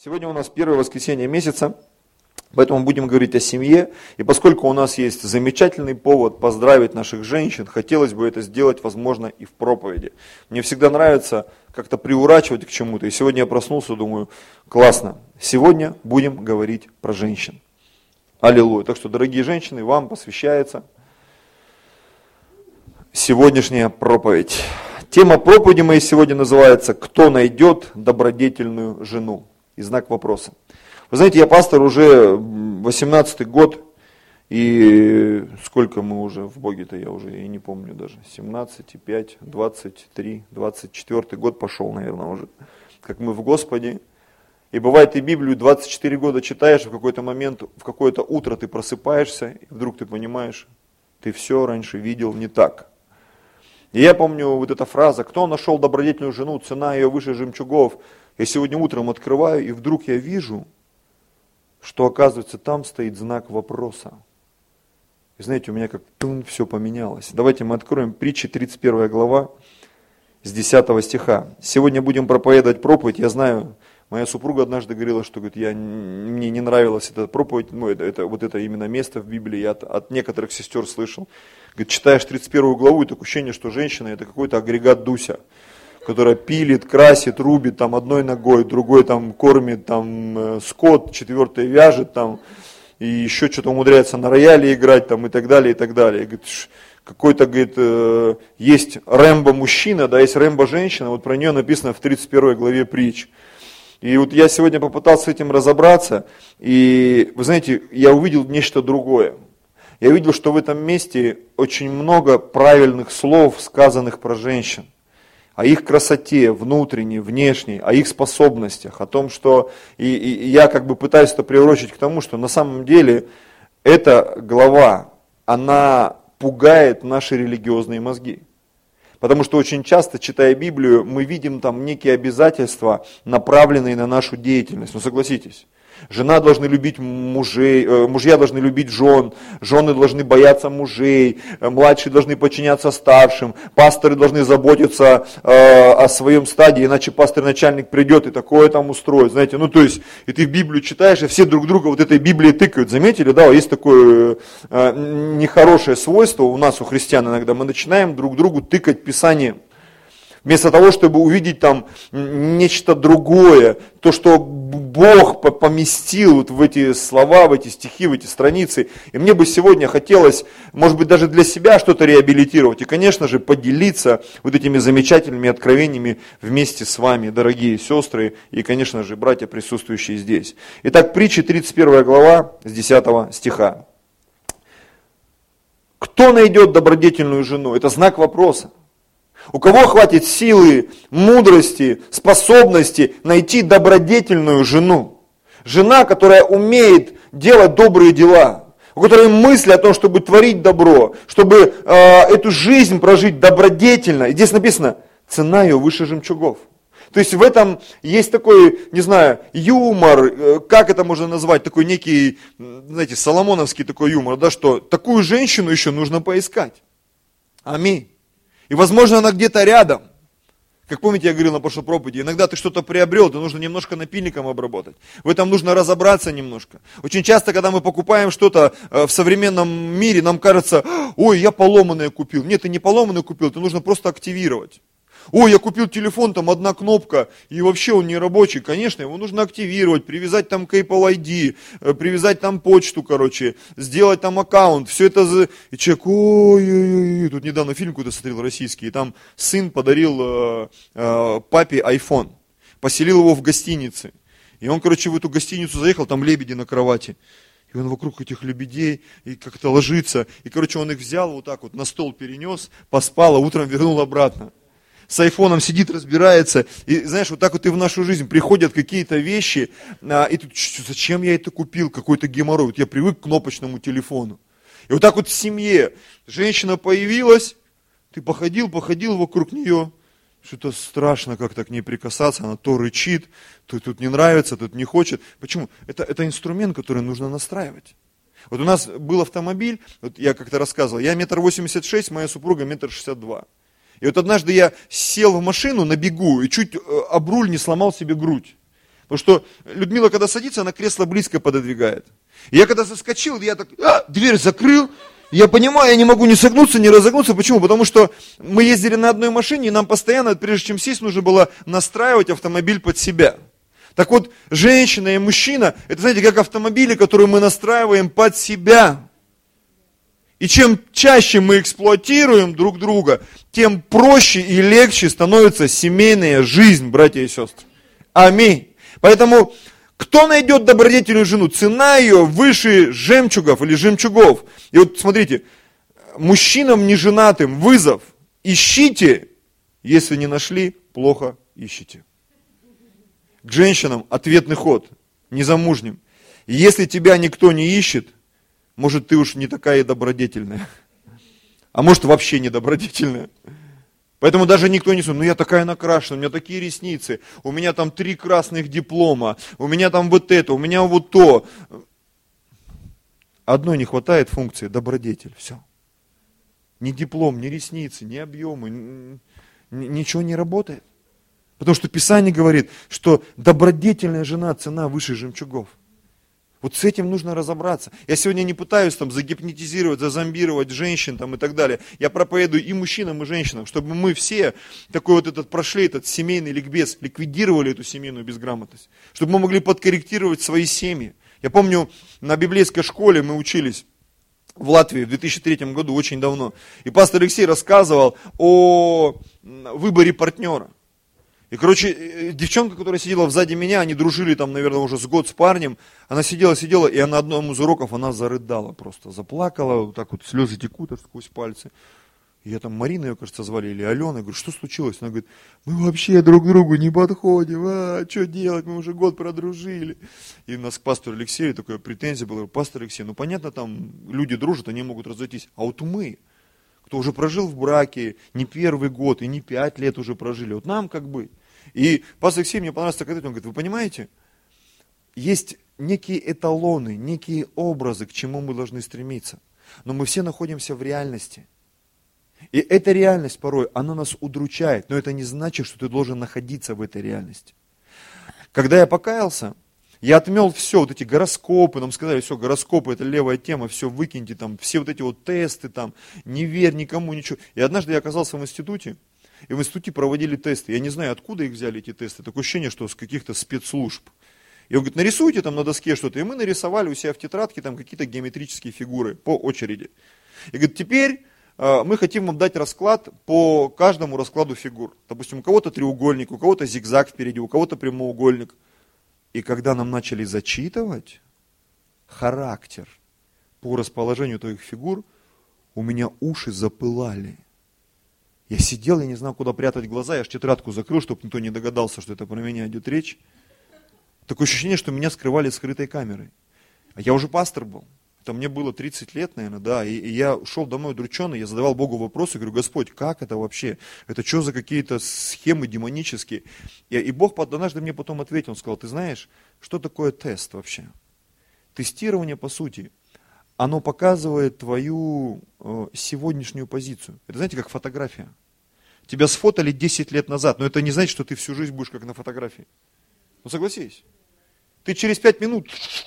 Сегодня у нас первое воскресенье месяца, поэтому будем говорить о семье. И поскольку у нас есть замечательный повод поздравить наших женщин, хотелось бы это сделать, возможно, и в проповеди. Мне всегда нравится как-то приурачивать к чему-то. И сегодня я проснулся, думаю, классно. Сегодня будем говорить про женщин. Аллилуйя. Так что, дорогие женщины, вам посвящается сегодняшняя проповедь. Тема проповеди моей сегодня называется «Кто найдет добродетельную жену?» И знак вопроса. Вы знаете, я пастор уже 18-й год, и сколько мы уже в Боге-то, я уже и не помню даже, 17, 5, 23, 24 год пошел, наверное, уже, как мы в Господе. И бывает, и Библию 24 года читаешь, в какой-то момент, в какое-то утро ты просыпаешься, и вдруг ты понимаешь, ты все раньше видел не так. И я помню вот эта фраза: «Кто нашел добродетельную жену, цена ее выше жемчугов». Я сегодня утром открываю, и вдруг я вижу, что, оказывается, там стоит знак вопроса. И знаете, у меня как все поменялось. Давайте мы откроем Притчи, 31 глава, с 10 стиха. Сегодня будем проповедовать проповедь. Я знаю, моя супруга однажды говорила, что говорит, мне не нравилась эта проповедь, это именно место в Библии, я от некоторых сестер слышал. Говорит, читаешь 31 главу, и такое ощущение, что женщина это какой-то агрегат Дуся, которая пилит, красит, рубит там одной ногой, другой там кормит там скот, четвертой вяжет там, и еще что-то умудряется на рояле играть там и так далее, и так далее. И, говорит, какой-то, говорит, есть Рэмбо мужчина, да, есть Рэмбо женщина, вот про нее написано в 31 главе Притч. И вот я сегодня попытался с этим разобраться, и вы знаете, я увидел нечто другое. Я увидел, что в этом месте очень много правильных слов, сказанных про женщин. О их красоте, внутренней, внешней, о их способностях, о том, что... И я как бы пытаюсь это приурочить к тому, что на самом деле эта глава, она пугает наши религиозные мозги. Потому что очень часто, читая Библию, мы видим там некие обязательства, направленные на нашу деятельность. Ну согласитесь. Жена должна любить мужей, мужья должны любить жен, жены должны бояться мужей, младшие должны подчиняться старшим, пасторы должны заботиться о своем стаде, иначе пастор-начальник придет и такое там устроит. Знаете, ну то есть, и ты Библию читаешь, и все друг друга вот этой Библией тыкают. Заметили, да, есть такое нехорошее свойство у нас, у христиан иногда, мы начинаем друг другу тыкать Писанием. Вместо того, чтобы увидеть там нечто другое, то, что Бог поместил вот в эти слова, в эти стихи, в эти страницы. И мне бы сегодня хотелось, может быть, даже для себя что-то реабилитировать. И, конечно же, поделиться вот этими замечательными откровениями вместе с вами, дорогие сестры и, конечно же, братья, присутствующие здесь. Итак, Притчи, 31 глава, с 10 стиха. Кто найдет добродетельную жену? Это знак вопроса. У кого хватит силы, мудрости, способности найти добродетельную жену? Жена, которая умеет делать добрые дела, у которой мысли о том, чтобы творить добро, чтобы эту жизнь прожить добродетельно. И здесь написано, цена ее выше жемчугов. То есть в этом есть такой, не знаю, юмор, как это можно назвать, такой некий, знаете, соломоновский такой юмор, да, что такую женщину еще нужно поискать. Аминь. И, возможно, она где-то рядом. Как помните, я говорил на прошлой проповеди, иногда ты что-то приобрел, то нужно немножко напильником обработать. В этом нужно разобраться немножко. Очень часто, когда мы покупаем что-то в современном мире, нам кажется, ой, я поломанное купил. Нет, ты не поломанное купил, это нужно просто активировать. Ой, я купил телефон, там одна кнопка, и вообще он не рабочий. Конечно, его нужно активировать, привязать там к Apple ID, привязать там почту, сделать там аккаунт. Все это... И человек, ой, тут недавно фильм какой-то смотрел российский, и там сын подарил папе iPhone, поселил его в гостинице. И он, в эту гостиницу заехал, там лебеди на кровати. И он вокруг этих лебедей и как-то ложится. И, он их взял вот так вот, на стол перенес, поспал, а утром вернул обратно. С айфоном сидит, разбирается, и знаешь, вот так вот и в нашу жизнь приходят какие-то вещи, и тут, зачем я это купил, какой-то геморрой, вот я привык к кнопочному телефону. И вот так вот в семье, женщина появилась, ты походил вокруг нее, что-то страшно как-то к ней прикасаться, она то рычит, то тут не нравится, тут не хочет. Почему? Это инструмент, который нужно настраивать. Вот у нас был автомобиль, вот я как-то рассказывал, я 1,86 м, моя супруга 1,62 м. И вот однажды я сел в машину на бегу и чуть об руль не сломал себе грудь. Потому что Людмила, когда садится, она кресло близко пододвигает. И я когда заскочил, я так, дверь закрыл. Я понимаю, я не могу ни согнуться, ни разогнуться. Почему? Потому что мы ездили на одной машине, и нам постоянно, прежде чем сесть, нужно было настраивать автомобиль под себя. Так вот, женщина и мужчина, это, знаете, как автомобили, которые мы настраиваем под себя. И чем чаще мы эксплуатируем друг друга, тем проще и легче становится семейная жизнь, братья и сестры. Аминь. Поэтому, кто найдет добродетельную жену? Цена ее выше жемчугов или жемчугов. И вот смотрите, мужчинам неженатым вызов. Ищите, если не нашли, плохо ищите. К женщинам ответный ход, незамужним. Если тебя никто не ищет, может, ты уж не такая и добродетельная. А может, вообще не добродетельная. Поэтому даже никто не смотрит, я такая накрашена, у меня такие ресницы, у меня там 3 красных диплома, у меня там вот это, у меня вот то. Одной не хватает функции, добродетель, все. Ни диплом, ни ресницы, ни объемы, ничего не работает. Потому что Писание говорит, что добродетельная жена, цена выше жемчугов. Вот с этим нужно разобраться. Я сегодня не пытаюсь там загипнотизировать, зазомбировать женщин там, и так далее. Я проповедую и мужчинам, и женщинам, чтобы мы все такой вот этот прошли, этот семейный ликбез, ликвидировали эту семейную безграмотность. Чтобы мы могли подкорректировать свои семьи. Я помню, на библейской школе мы учились в Латвии в 2003 году, очень давно. И пастор Алексей рассказывал о выборе партнера. И, девчонка, которая сидела сзади меня, они дружили там, наверное, уже с год с парнем, она сидела, и на одном из уроков она зарыдала просто, заплакала, вот так вот слезы текут сквозь пальцы. И я там, Марина ее, кажется, звали, или Алена, я говорю, что случилось? Она говорит, мы вообще друг к другу не подходим, что делать, мы уже год продружили. И у нас к пастору Алексею такая претензия была, пастор Алексей, понятно, там люди дружат, они могут разойтись, а вот мы, кто уже прожил в браке не 1 год и не 5 лет уже прожили, вот нам как быть? И пастор Алексей мне понравился, когда он говорит, вы понимаете, есть некие эталоны, некие образы, к чему мы должны стремиться. Но мы все находимся в реальности. И эта реальность порой, она нас удручает, но это не значит, что ты должен находиться в этой реальности. Когда я покаялся, я отмел все, вот эти гороскопы, нам сказали, все, гороскопы, это левая тема, все выкиньте, там, все вот эти вот тесты, там, не верь никому, ничего. И однажды я оказался в институте, и в институте проводили тесты. Я не знаю, откуда их взяли, эти тесты. Такое ощущение, что с каких-то спецслужб. И он говорит, нарисуйте там на доске что-то. И мы нарисовали у себя в тетрадке там какие-то геометрические фигуры по очереди. И говорит, теперь мы хотим вам дать расклад по каждому раскладу фигур. Допустим, у кого-то треугольник, у кого-то зигзаг впереди, у кого-то прямоугольник. И когда нам начали зачитывать характер по расположению твоих фигур, у меня уши запылали. Я сидел, я не знал, куда прятать глаза, я аж тетрадку закрыл, чтобы никто не догадался, что это про меня идет речь. Такое ощущение, что меня скрывали скрытой камерой. А я уже пастор был. Это мне было 30 лет, наверное, да. И я ушел домой удрученный, я задавал Богу вопросы, говорю, Господь, как это вообще? Это что за какие-то схемы демонические? И Бог однажды мне потом ответил, он сказал, ты знаешь, что такое тест вообще? Тестирование, по сути, оно показывает твою сегодняшнюю позицию. Это, знаете, как фотография. Тебя сфотали 10 лет назад, но это не значит, что ты всю жизнь будешь как на фотографии. Ну согласись. Ты через 5 минут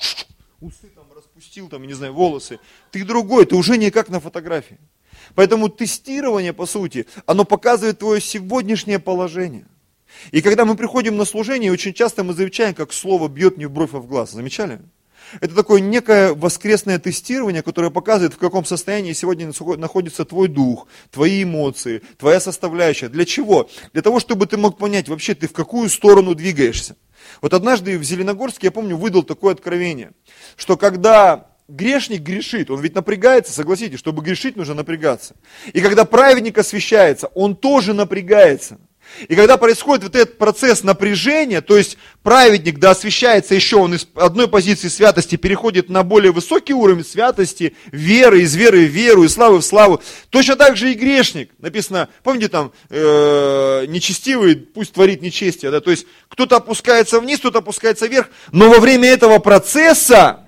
усы там распустил, там, не знаю, волосы. Ты другой, ты уже не как на фотографии. Поэтому тестирование, по сути, оно показывает твое сегодняшнее положение. И когда мы приходим на служение, очень часто мы замечаем, как слово бьет не в бровь, а в глаз. Замечали? Это такое некое воскресное тестирование, которое показывает, в каком состоянии сегодня находится твой дух, твои эмоции, твоя составляющая. Для чего? Для того, чтобы ты мог понять, вообще ты в какую сторону двигаешься. Вот однажды в Зеленогорске, я помню, выдал такое откровение, что когда грешник грешит, он ведь напрягается, согласитесь, чтобы грешить нужно напрягаться. И когда праведник освящается, он тоже напрягается. И когда происходит вот этот процесс напряжения, то есть праведник освящается еще, он из одной позиции святости переходит на более высокий уровень святости, веры, из веры в веру, из славы в славу. Точно так же и грешник. Написано, помните там, нечестивый пусть творит нечестие, да? То есть кто-то опускается вниз, кто-то опускается вверх, но во время этого процесса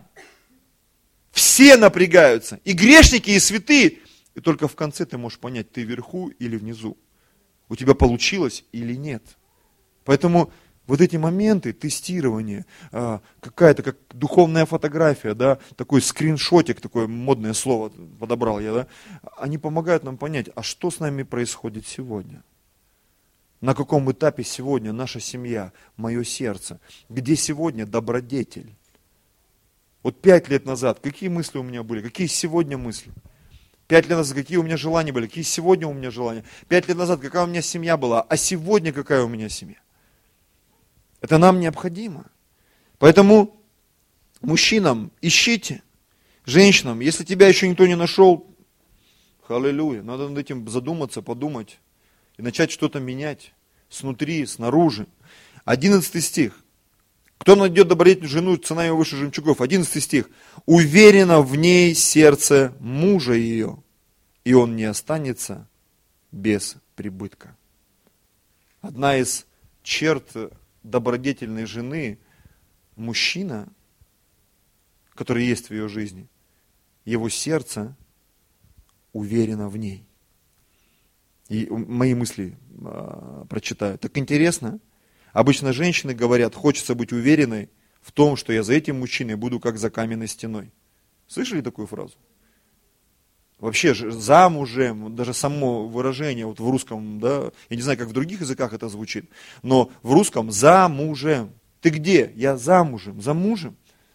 все напрягаются, и грешники, и святые, и только в конце ты можешь понять, ты вверху или внизу. У тебя получилось или нет. Поэтому Вот эти моменты тестирования, какая-то как духовная фотография, да, такой скриншотик, такое модное слово подобрал я, да, они помогают нам понять, а что с нами происходит сегодня? На каком этапе сегодня наша семья, мое сердце? Где сегодня добродетель? Вот 5 лет назад какие мысли у меня были, какие сегодня мысли? 5 лет назад какие у меня желания были, какие сегодня у меня желания? 5 лет назад какая у меня семья была, а сегодня какая у меня семья? Это нам необходимо. Поэтому мужчинам ищите, женщинам, если тебя еще никто не нашел, аллилуйя, надо над этим задуматься, подумать и начать что-то менять снутри, снаружи. 11 стих. Кто найдет добродетельную жену, цена ее выше жемчугов. 11 стих. Уверенно в ней сердце мужа ее, и он не останется без прибытка. Одна из черт добродетельной жены, мужчина, который есть в ее жизни, его сердце уверено в ней. И мои мысли прочитаю. Так интересно. Обычно женщины говорят, хочется быть уверенной в том, что я за этим мужчиной буду как за каменной стеной. Слышали такую фразу? Вообще замужем, даже само выражение вот в русском, да, я не знаю, как в других языках это звучит, но в русском замужем. Ты где? Я замужем, за мужем.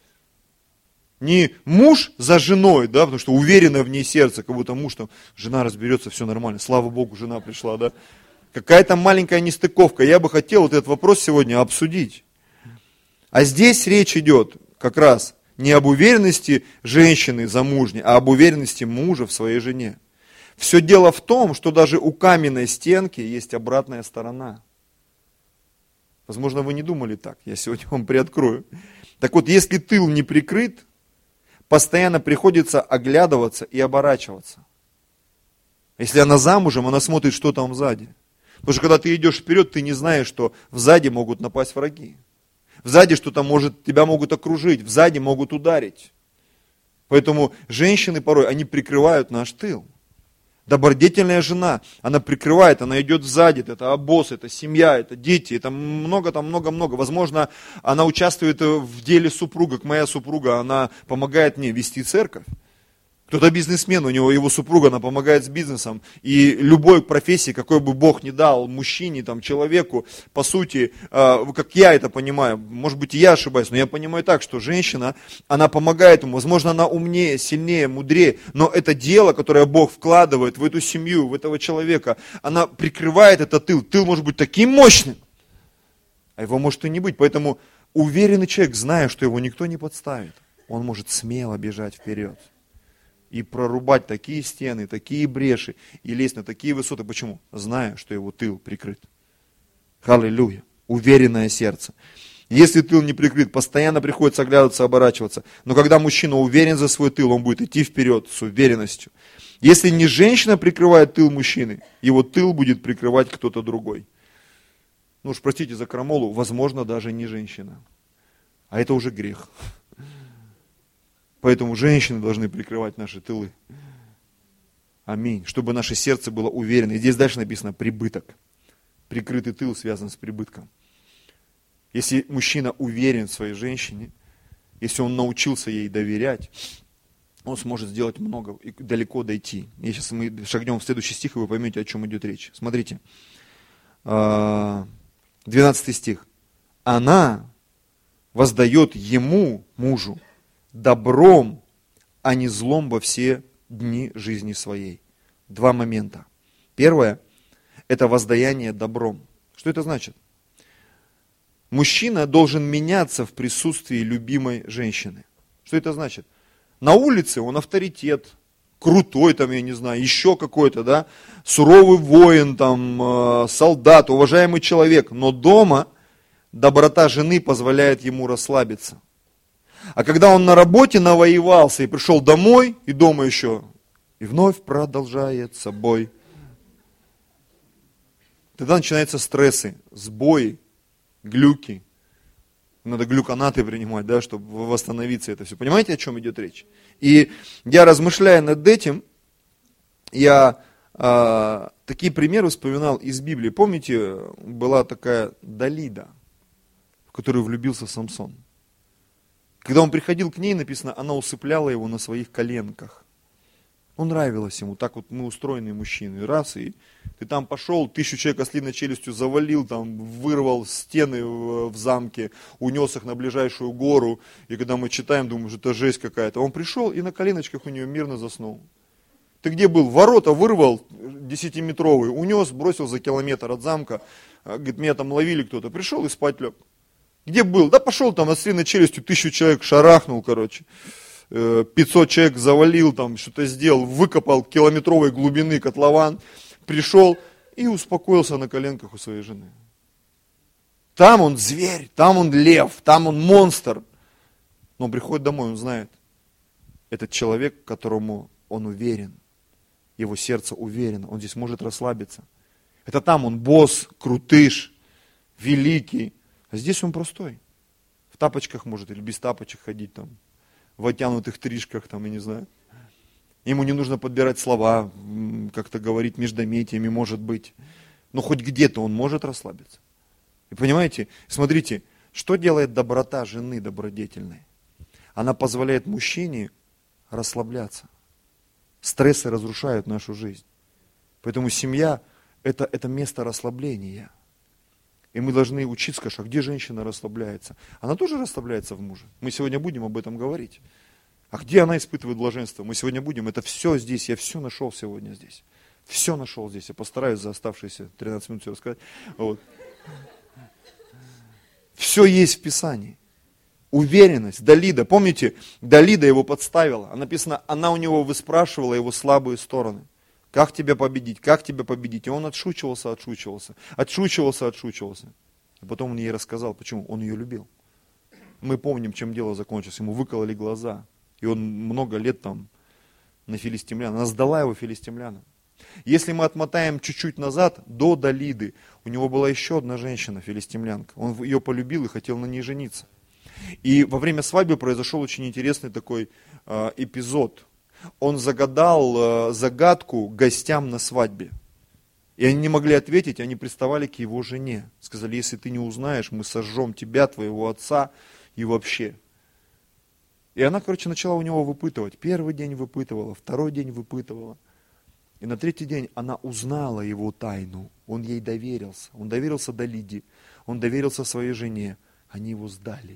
Не муж за женой, да, потому что уверенно в ней сердце, как будто муж там, жена разберется, все нормально, слава Богу, жена пришла, да. Какая-то маленькая нестыковка. Я бы хотел вот этот вопрос сегодня обсудить. А здесь речь идет как раз не об уверенности женщины замужней, а об уверенности мужа в своей жене. Все дело в том, что даже у каменной стенки есть обратная сторона. Возможно, вы не думали так, я сегодня вам приоткрою. Так вот, если тыл не прикрыт, постоянно приходится оглядываться и оборачиваться. Если она замужем, она смотрит, что там сзади. Потому что когда ты идешь вперед, ты не знаешь, что сзади могут напасть враги. Сзади что-то может, тебя могут окружить, сзади могут ударить. Поэтому женщины порой, они прикрывают наш тыл. Добродетельная жена, она прикрывает, она идет сзади, это обоз, это семья, это дети, это много-много. Возможно, она участвует в деле супруга, как моя супруга, она помогает мне вести церковь. Кто-то бизнесмен, у него его супруга, она помогает с бизнесом. И любой профессии, какой бы Бог ни дал, мужчине, там, человеку, по сути, как я это понимаю, может быть и я ошибаюсь, но я понимаю так, что женщина, она помогает ему, возможно, она умнее, сильнее, мудрее, но это дело, которое Бог вкладывает в эту семью, в этого человека, она прикрывает этот тыл. Тыл может быть таким мощным, а его может и не быть. Поэтому уверенный человек, зная, что его никто не подставит, он может смело бежать вперед. И прорубать такие стены, такие бреши, и лезть на такие высоты. Почему? Зная, что его тыл прикрыт. Аллилуйя. Уверенное сердце. Если тыл не прикрыт, постоянно приходится оглядываться, оборачиваться. Но когда мужчина уверен за свой тыл, он будет идти вперед с уверенностью. Если не женщина прикрывает тыл мужчины, его тыл будет прикрывать кто-то другой. Ну уж простите за крамолу, возможно, даже не женщина. А это уже грех. Поэтому женщины должны прикрывать наши тылы. Аминь. Чтобы наше сердце было уверено. И здесь дальше написано прибыток. Прикрытый тыл связан с прибытком. Если мужчина уверен в своей женщине, если он научился ей доверять, он сможет сделать много и далеко дойти. И сейчас мы шагнем в следующий стих, и вы поймете, о чем идет речь. Смотрите. 12 стих. Она воздает ему, мужу, добром, а не злом во все дни жизни своей. 2 момента. Первое – это воздаяние добром. Что это значит? Мужчина должен меняться в присутствии любимой женщины. Что это значит? На улице он авторитет, крутой там, я не знаю, еще какой-то, да, суровый воин, там, солдат, уважаемый человек. Но дома доброта жены позволяет ему расслабиться. А когда он на работе навоевался и пришел домой, и дома еще, и вновь продолжается бой, тогда начинаются стрессы, сбои, глюки. Надо глюконаты принимать, да, чтобы восстановиться это все. Понимаете, о чем идет речь? И я, размышляя над этим, я такие примеры вспоминал из Библии. Помните, была такая Далида. в которую влюбился Самсон. Когда он приходил к ней, написано, она усыпляла его на своих коленках. Ну, нравилось ему, так вот мы устроенные мужчины. Раз, и ты там пошел, 1000 человек ослиной челюстью завалил, там вырвал стены в замке, унес их на ближайшую гору. И когда мы читаем, думаем, что это жесть какая-то. Он пришел и на коленочках у нее мирно заснул. Ты где был? Ворота вырвал 10-метровые, унес, бросил за километр от замка. Говорит, меня там ловили кто-то. Пришел и спать лег. Где был? Да пошел там ослиной челюстью, 1000 человек шарахнул, 500 человек завалил, там что-то сделал, выкопал километровой глубины котлован, пришел и успокоился на коленках у своей жены. Там он зверь, там он лев, там он монстр. Но он приходит домой, он знает, этот человек, которому он уверен, его сердце уверено, он здесь может расслабиться. Это там он босс, крутыш, великий, а здесь он простой. В тапочках может или без тапочек ходить там. В оттянутых стрижках, там, я не знаю. Ему не нужно подбирать слова, как-то говорить междометиями, может быть. Но хоть где-то он может расслабиться. И понимаете, смотрите, что делает доброта жены добродетельной? Она позволяет мужчине расслабляться. Стрессы разрушают нашу жизнь. Поэтому семья это место расслабления. И мы должны учиться, а где женщина расслабляется? Она тоже расслабляется в муже. Мы сегодня будем об этом говорить. А где она испытывает блаженство? Мы сегодня будем. Это все здесь. Я все нашел сегодня здесь. Все нашел здесь. Я постараюсь за оставшиеся 13 минут все рассказать. Вот. Все есть в Писании. Уверенность. Далида. Помните, Далида его подставила. А написано, она у него выспрашивала его слабые стороны. Как тебя победить? Как тебя победить? И он отшучивался. А потом он ей рассказал, почему. Он ее любил. Мы помним, чем дело закончилось. Ему выкололи глаза. И он много лет там на филистимлян. Она сдала его филистимлянам. Если мы отмотаем чуть-чуть назад, до Далиды, у него была еще одна женщина, филистимлянка. Он ее полюбил и хотел на ней жениться. И во время свадьбы произошел очень интересный такой эпизод. Он загадал загадку гостям на свадьбе. И они не могли ответить, они приставали к его жене. Сказали, если ты не узнаешь, мы сожжем тебя, твоего отца и вообще. И она, начала у него выпытывать. Первый день выпытывала, второй день выпытывала. И на третий день она узнала его тайну. Он ей доверился. Он доверился Далиде. Он доверился своей жене. Они его сдали.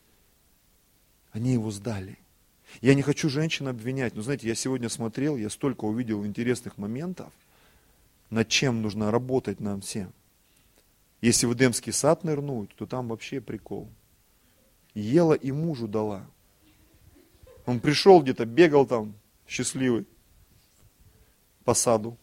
Я не хочу женщин обвинять, но знаете, я сегодня смотрел, я столько увидел интересных моментов, над чем нужно работать нам всем. Если в Эдемский сад нырнуть, то там вообще прикол. Ела и мужу дала. Он пришел где-то, бегал там, счастливый, по саду.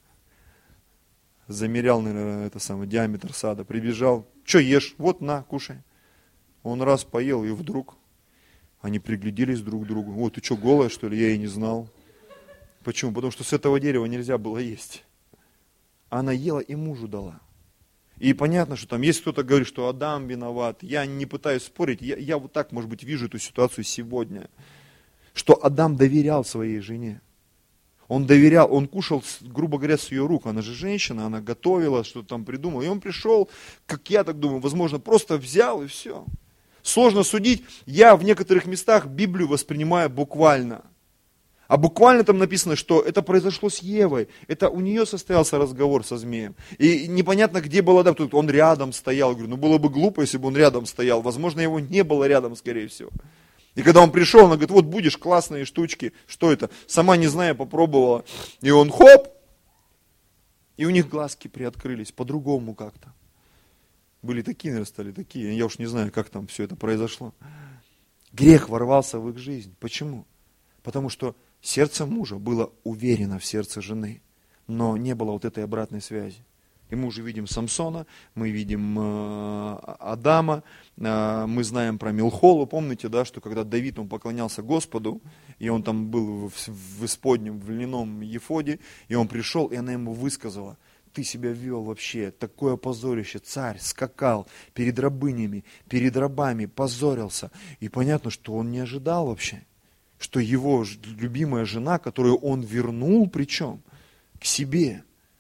Замерял, наверное, диаметр сада. Прибежал. Что ешь? Вот, на, кушай. Он раз поел, и вдруг они пригляделись друг к другу. Вот, ты что, голая, что ли? Я и не знал. Почему? Потому что с этого дерева нельзя было есть. Она ела и мужу дала. И понятно, что там есть кто-то говорит, что Адам виноват. Я не пытаюсь спорить. Я вот так, может быть, вижу эту ситуацию сегодня. Что Адам доверял своей жене. Он доверял, он кушал, грубо говоря, с ее рук. Она же женщина, она готовила, что-то там придумала. И он пришел, как я так думаю, возможно, просто взял и все. Сложно судить. Я в некоторых местах Библию воспринимаю буквально. А буквально там написано, что это произошло с Евой. Это у нее состоялся разговор со змеем. И непонятно, где был Адам. Тут он рядом стоял. Я говорю, было бы глупо, если бы он рядом стоял. Возможно, его не было рядом, скорее всего. И когда он пришел, она говорит, вот будешь, классные штучки. Что это? Сама не зная, попробовала. И он хоп. И у них глазки приоткрылись по-другому как-то. Были такие, наверное, стали такие. Я уж не знаю, как там все это произошло. Грех ворвался в их жизнь. Почему? Потому что сердце мужа было уверено в сердце жены. Но не было вот этой обратной связи. И мы уже видим Самсона, мы видим Адама, мы знаем про Милхолу. Помните, да, что когда Давид, он поклонялся Господу, и он там был в исподнем, в льняном ефоде, и он пришел, и она ему высказала, ты себя вел вообще, такое позорище, царь скакал перед рабынями, перед рабами, позорился. И понятно, что он не ожидал вообще, что его любимая жена, которую он вернул, причем, к себе,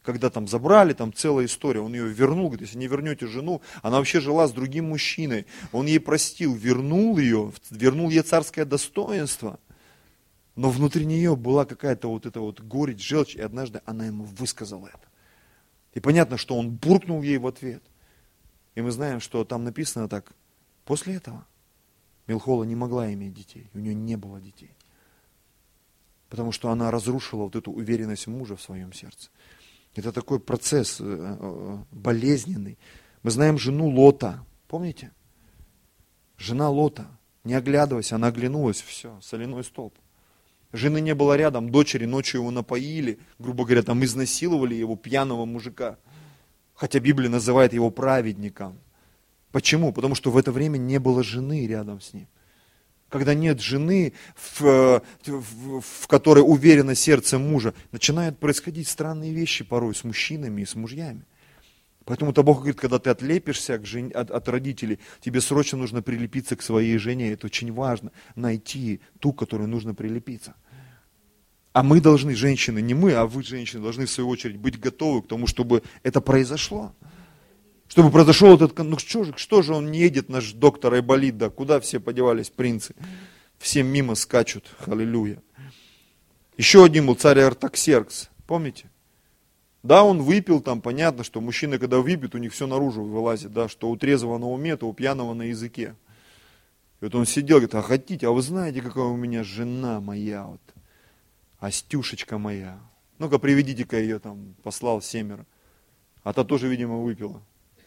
когда там забрали, там целая история, он ее вернул, говорит, если не вернете жену, она вообще жила с другим мужчиной, он ей простил, вернул ей царское достоинство, но внутри нее была какая-то вот эта вот горечь, желчь, и однажды она ему высказала это. И понятно, что он буркнул ей в ответ. И мы знаем, что там написано так, после этого Милхола не могла иметь детей, у нее не было детей. Потому что она разрушила вот эту уверенность мужа в своем сердце. Это такой процесс болезненный. Мы знаем жену Лота, помните? Жена Лота, не оглядывайся, она оглянулась, все, соляной столб. Жены не было рядом, дочери ночью его напоили, грубо говоря, там изнасиловали его, пьяного мужика. Хотя Библия называет его праведником. Почему? Потому что в это время не было жены рядом с ним. Когда нет жены, в которой уверено сердце мужа, начинают происходить странные вещи порой с мужчинами и с мужьями. Поэтому-то Бог говорит, когда ты отлепишься от родителей, тебе срочно нужно прилепиться к своей жене. Это очень важно, найти ту, к которой нужно прилепиться. А мы должны, женщины, не мы, а вы, женщины, должны в свою очередь быть готовы к тому, чтобы это произошло. Чтобы произошел этот, ну что же он не едет, наш доктор Айболит, да, куда все подевались принцы? Все мимо скачут, аллилуйя. Еще один был царь Артаксеркс, помните? Да, он выпил, там понятно, что мужчины, когда выпьют, у них все наружу вылазит, да, что у трезвого на уме, то у пьяного на языке. И вот он сидел, говорит, а хотите, а вы знаете, какая у меня жена моя, вот, Астюшечка моя. Ну-ка, приведите-ка ее, там, послал 7. А та тоже, видимо, выпила.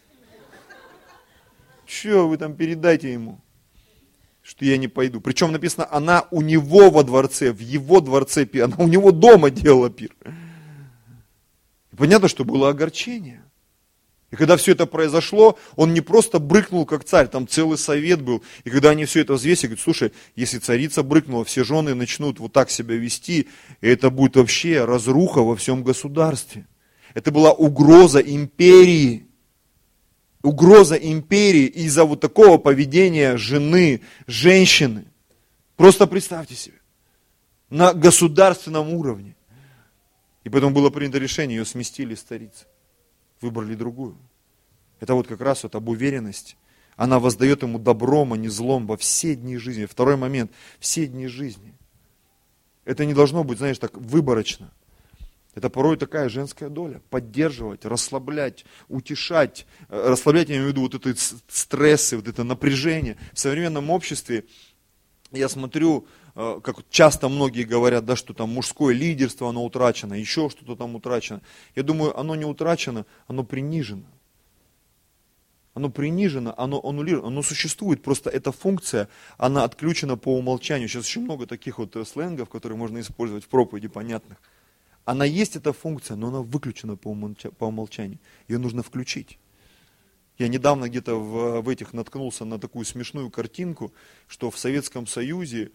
Че, вы там передайте ему, что я не пойду. Причем написано, она у него во дворце, в его дворце пир, она у него дома делала пир. И понятно, что было огорчение. И когда все это произошло, он не просто брыкнул как царь, там целый совет был. И когда они все это взвесили, говорят, слушай, если царица брыкнула, все жены начнут вот так себя вести, и это будет вообще разруха во всем государстве. Это была угроза империи. Угроза империи из-за вот такого поведения жены, женщины. Просто представьте себе. На государственном уровне. И поэтому было принято решение, ее сместили с царицы. Выбрали другую. Это вот как раз вот об уверенности. Она воздает ему добром, а не злом во все дни жизни. Второй момент. Все дни жизни. Это не должно быть, знаешь, так выборочно. Это порой такая женская доля. Поддерживать, расслаблять, утешать. Расслаблять, я имею в виду, вот эти стрессы, вот это напряжение. В современном обществе я смотрю, как часто многие говорят, да, что там мужское лидерство, оно утрачено, еще что-то там утрачено. Я думаю, оно не утрачено, оно принижено. Оно принижено, оно аннулировано, оно существует, просто эта функция, она отключена по умолчанию. Сейчас очень много таких вот сленгов, которые можно использовать в проповеди, понятных. Она есть, эта функция, но она выключена по умолчанию. Ее нужно включить. Я недавно где-то в этих наткнулся на такую смешную картинку, что в Советском Союзе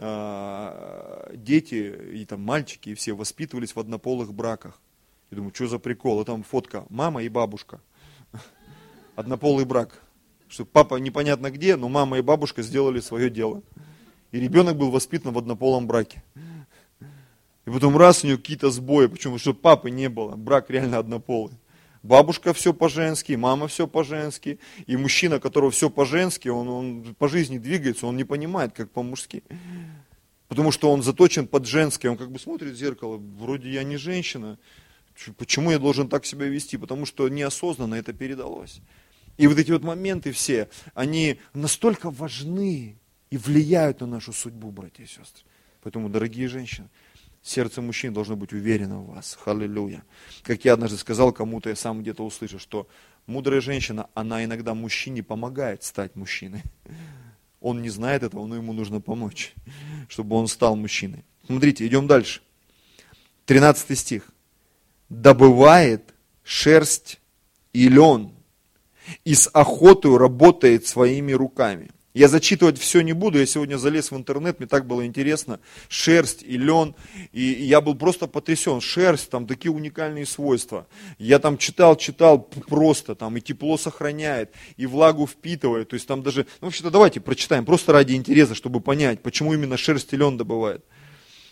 дети, и там мальчики, и все воспитывались в однополых браках. Я думаю, что за прикол? А там фотка мама и бабушка. Однополый брак. Что папа непонятно где, но мама и бабушка сделали свое дело. И ребенок был воспитан в однополом браке. И потом раз у нее какие-то сбои, почему? Что папы не было, брак реально однополый. Бабушка все по-женски, мама все по-женски. И мужчина, которого все по-женски, он по жизни двигается, он не понимает, как по-мужски. Потому что он заточен под женское, он как бы смотрит в зеркало, вроде я не женщина, почему я должен так себя вести? Потому что неосознанно это передалось. И вот эти вот моменты все, они настолько важны и влияют на нашу судьбу, братья и сестры. Поэтому, дорогие женщины, сердце мужчин должно быть уверено в вас. Аллилуйя. Как я однажды сказал кому-то, я сам где-то услышал, что мудрая женщина, она иногда мужчине помогает стать мужчиной. Он не знает этого, но ему нужно помочь, чтобы он стал мужчиной. Смотрите, идем дальше. 13 стих. Добывает шерсть и лен, и с охотою работает своими руками. Я зачитывать все не буду, я сегодня залез в интернет, мне так было интересно, шерсть и лен, и я был просто потрясен, шерсть, там такие уникальные свойства, я там читал просто, там и тепло сохраняет, и влагу впитывает, то есть там даже, ну вообще-то давайте прочитаем, просто ради интереса, чтобы понять, почему именно шерсть и лен добывает.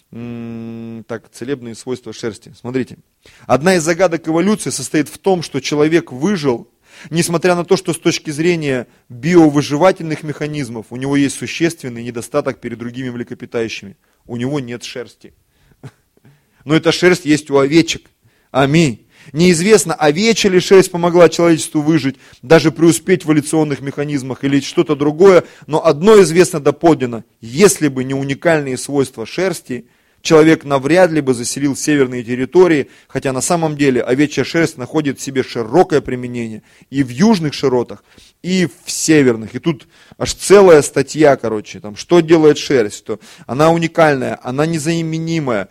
Так, целебные свойства шерсти. Смотрите. Одна из загадок эволюции состоит в том, что человек выжил, несмотря на то, что с точки зрения биовыживательных механизмов у него есть существенный недостаток перед другими млекопитающими. У него нет шерсти. Но эта шерсть есть у овечек. Аминь. Неизвестно, овечья ли шерсть помогла человечеству выжить, даже преуспеть в эволюционных механизмах или что-то другое, но одно известно доподлинно: если бы не уникальные свойства шерсти, человек навряд ли бы заселил северные территории, хотя на самом деле овечья шерсть находит в себе широкое применение и в южных широтах, и в северных. И тут аж целая статья, там, что делает шерсть, что она уникальная, она незаменимая.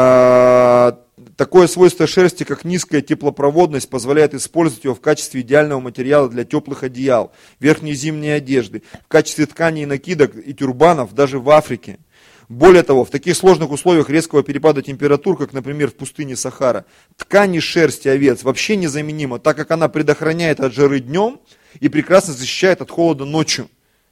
Такое свойство шерсти, как низкая теплопроводность, позволяет использовать его в качестве идеального материала для теплых одеял, верхней зимней одежды, в качестве тканей, накидок и тюрбанов даже в Африке. Более того, в таких сложных условиях резкого перепада температур, как, например, в пустыне Сахара, ткань из шерсти овец вообще незаменима, так как она предохраняет от жары днем и прекрасно защищает от холода ночью.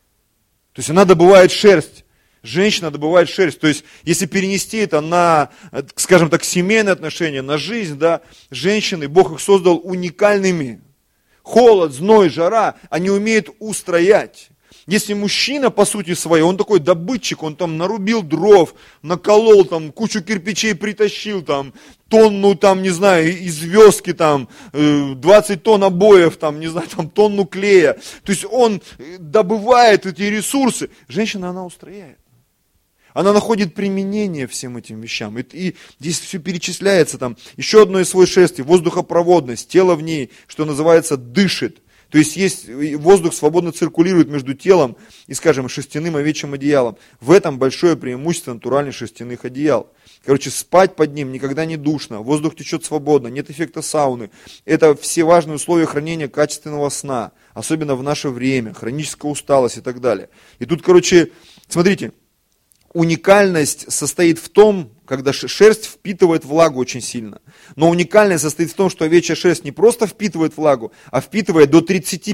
То есть она добывает шерсть. Женщина добывает шерсть. То есть, если перенести это на, скажем так, семейные отношения, на жизнь, да, женщины, Бог их создал уникальными. Холод, зной, жара, они умеют устроять. Если мужчина, по сути своей, он такой добытчик, он там нарубил дров, наколол, там, кучу кирпичей притащил, там, тонну, там, не знаю, известки, там, 20 тонн обоев, там, не знаю, там, тонну клея. То есть он добывает эти ресурсы. Женщина, она устрояет. Она находит применение всем этим вещам. И здесь все перечисляется. Там. Еще одно из свойств шерсти – воздухопроводность. Тело в ней, что называется, дышит. То есть воздух свободно циркулирует между телом и, скажем, шерстяным овечьим одеялом. В этом большое преимущество натуральных шерстяных одеял. Короче, спать под ним никогда не душно, воздух течет свободно, нет эффекта сауны. Это все важные условия хранения качественного сна, особенно в наше время, хроническая усталость и так далее. И тут, смотрите, уникальность состоит в том, когда шерсть впитывает влагу очень сильно. Но уникальность состоит в том, что овечья шерсть не просто впитывает влагу, а впитывает до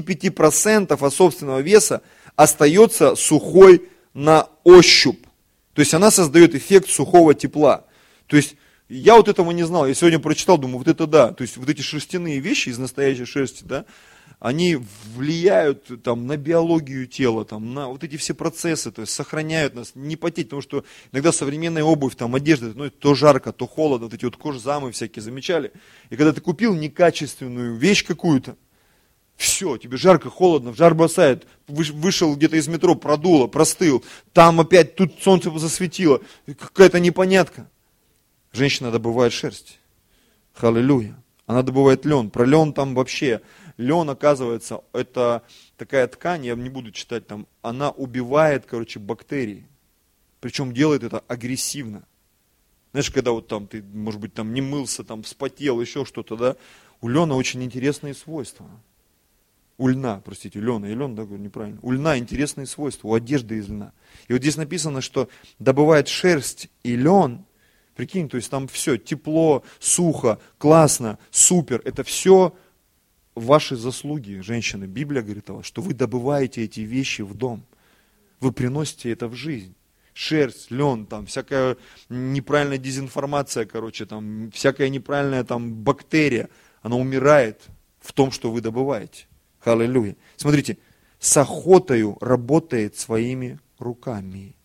35% от собственного веса, остается сухой на ощупь. То есть она создает эффект сухого тепла. То есть я вот этого не знал. Я сегодня прочитал, думаю, вот это да. То есть вот эти шерстяные вещи из настоящей шерсти, да, они влияют там, на биологию тела, там, на вот эти все процессы, то есть сохраняют нас, не потеть, потому что иногда современная обувь, там, одежда, ну, то жарко, то холодно, вот эти вот кожзамы всякие, замечали? И когда ты купил некачественную вещь какую-то, все, тебе жарко, холодно, в жар бросает, вышел где-то из метро, продуло, простыл, там опять тут солнце засветило, какая-то непонятка. Женщина добывает шерсть. Халилюя. Она добывает лен. Про лен там вообще... Лен, оказывается, это такая ткань, я не буду читать там, она убивает, бактерии. Причем делает это агрессивно. Знаешь, когда вот там ты, может быть, там не мылся, там вспотел, еще что-то, да, у лена очень интересные свойства. У льна, простите, лена и лен, да, говорю, неправильно. У льна интересные свойства, у одежды из льна. И вот здесь написано, что добывает шерсть и лен, прикинь, то есть там все, тепло, сухо, классно, супер, это все ваши заслуги, женщины. Библия говорит о вас, что вы добываете эти вещи в дом. Вы приносите это в жизнь. Шерсть, лен, там, всякая неправильная дезинформация, там, всякая неправильная там, бактерия, она умирает в том, что вы добываете. Аллилуйя. Смотрите, с охотою работает своими руками.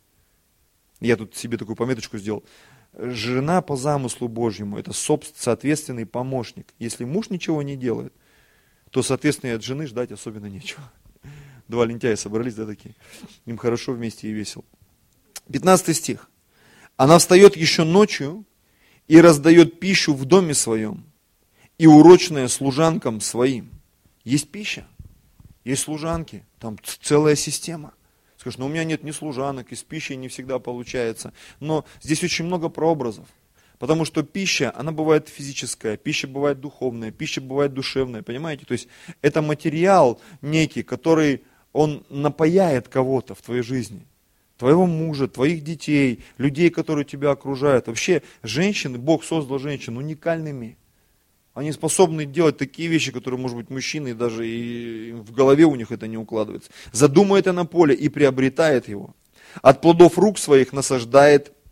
Я тут себе такую пометочку сделал. Жена по замыслу Божьему, это соответственный помощник. Если муж ничего не делает, то, соответственно, и от жены ждать особенно нечего. Два лентяя собрались, да, такие. Им хорошо вместе и весело. 15 стих. Она встает еще ночью и раздает пищу в доме своем, и урочная служанкам своим. Есть пища, есть служанки, там целая система. Скажешь, у меня нет ни служанок, и с пищей не всегда получается. Но здесь очень много прообразов. Потому что пища, она бывает физическая, пища бывает духовная, пища бывает душевная, понимаете? То есть это материал некий, который, он напояет кого-то в твоей жизни. Твоего мужа, твоих детей, людей, которые тебя окружают. Вообще женщины, Бог создал женщин уникальными. Они способны делать такие вещи, которые, может быть, мужчины даже и в голове у них это не укладывается. Задумает на поле и приобретает его. От плодов рук своих насаждает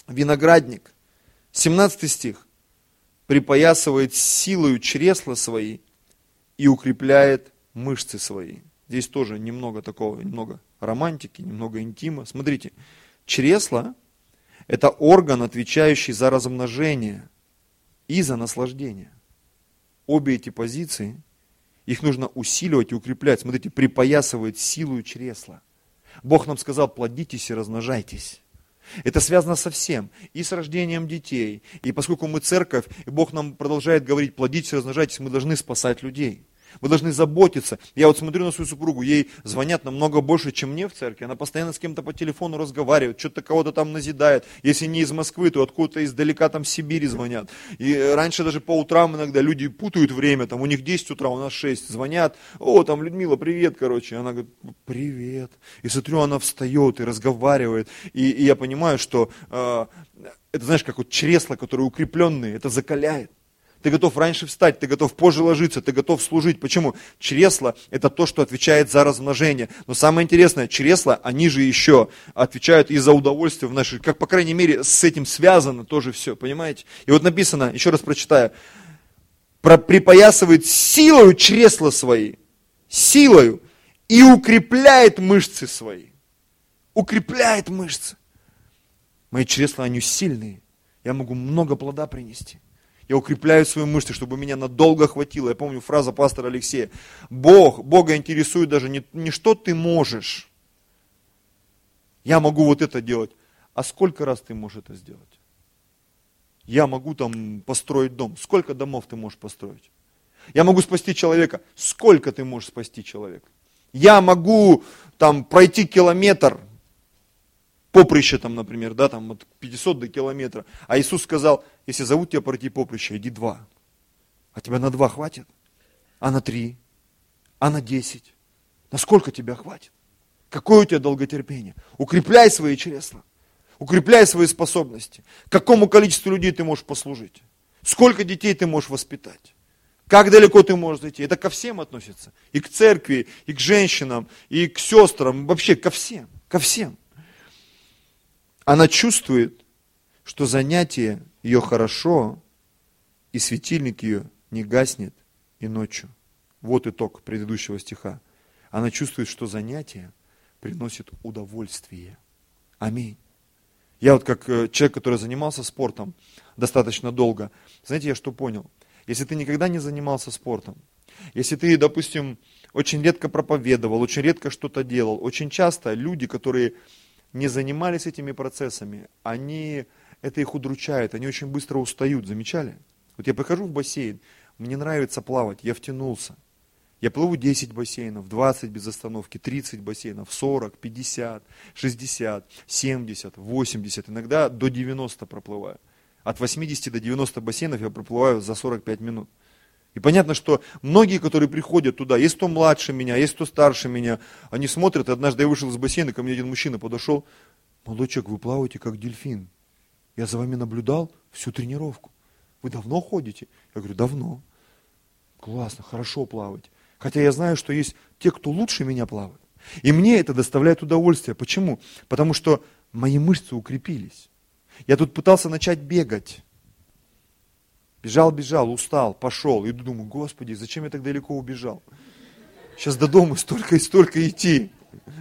виноградник, 17 стих, припоясывает силою чресла свои и укрепляет мышцы свои. Здесь тоже немного такого, немного романтики, немного интима. Смотрите, чресло – это орган, отвечающий за размножение и за наслаждение. Обе эти позиции, их нужно усиливать и укреплять. Смотрите, припоясывает силою чресла. Бог нам сказал, плодитесь и размножайтесь. Это связано со всем, и с рождением детей, и поскольку мы церковь, и Бог нам продолжает говорить, плодитесь и размножайтесь, мы должны спасать людей. Мы должны заботиться. Я вот смотрю на свою супругу, ей звонят намного больше, чем мне в церкви. Она постоянно с кем-то по телефону разговаривает, что-то кого-то там назидает. Если не из Москвы, то откуда-то издалека там Сибири звонят. И раньше даже по утрам иногда люди путают время, там у них 10 утра, у нас 6, звонят. О, там Людмила, привет, короче. Она говорит, привет. И смотрю, она встает и разговаривает. И я понимаю, что это, знаешь, как вот чресла, которые укрепленные, это закаляет. Ты готов раньше встать, ты готов позже ложиться, ты готов служить. Почему? Чресла – это то, что отвечает за размножение. Но самое интересное, чресла, они же еще отвечают и за удовольствие в нашей, как, по крайней мере, с этим связано тоже все, понимаете? И вот написано, еще раз прочитаю, припоясывает силою чресла свои, силою, и укрепляет мышцы свои. Укрепляет мышцы. Мои чресла, они сильные. Я могу много плода принести. Я укрепляю свои мышцы, чтобы меня надолго хватило. Я помню фразу пастора Алексея. Бога интересует даже не что ты можешь. Я могу вот это делать. А сколько раз ты можешь это сделать? Я могу там построить дом. Сколько домов ты можешь построить? Я могу спасти человека. Сколько ты можешь спасти человека? Я могу там пройти километр. Поприще там, например, да, там от 500 до километра. А Иисус сказал, если зовут тебя пройти поприще, иди 2. А тебя на 2 хватит? А на 3? А на 10? Насколько тебя хватит? Какое у тебя долготерпение? Укрепляй свои чресла. Укрепляй свои способности. Какому количеству людей ты можешь послужить? Сколько детей ты можешь воспитать? Как далеко ты можешь зайти? Это ко всем относится. И к церкви, и к женщинам, и к сестрам, вообще ко всем. Ко всем. Она чувствует, что занятие ее хорошо, и светильник ее не гаснет и ночью. Вот итог предыдущего стиха. Она чувствует, что занятие приносит удовольствие. Аминь. Я вот как человек, который занимался спортом достаточно долго, знаете, я что понял? Если ты никогда не занимался спортом, если ты, допустим, очень редко проповедовал, очень редко что-то делал, очень часто люди, которые не занимались этими процессами, это их удручает, они очень быстро устают, замечали? Вот я прихожу в бассейн, мне нравится плавать, я втянулся. Я плыву 10 бассейнов, 20 без остановки, 30 бассейнов, 40, 50, 60, 70, 80, иногда до 90 проплываю. От 80 до 90 бассейнов я проплываю за 45 минут. И понятно, что многие, которые приходят туда, есть кто младше меня, есть кто старше меня, они смотрят, однажды я вышел из бассейна, ко мне один мужчина подошел, молодой человек, вы плаваете как дельфин. Я за вами наблюдал всю тренировку. Вы давно ходите? Я говорю, давно. Классно, хорошо плавать. Хотя я знаю, что есть те, кто лучше меня плавает. И мне это доставляет удовольствие. Почему? Потому что мои мышцы укрепились. Я тут пытался начать бегать. Бежал, устал, пошел. И думаю, Господи, зачем я так далеко убежал? Сейчас до дома столько и столько идти.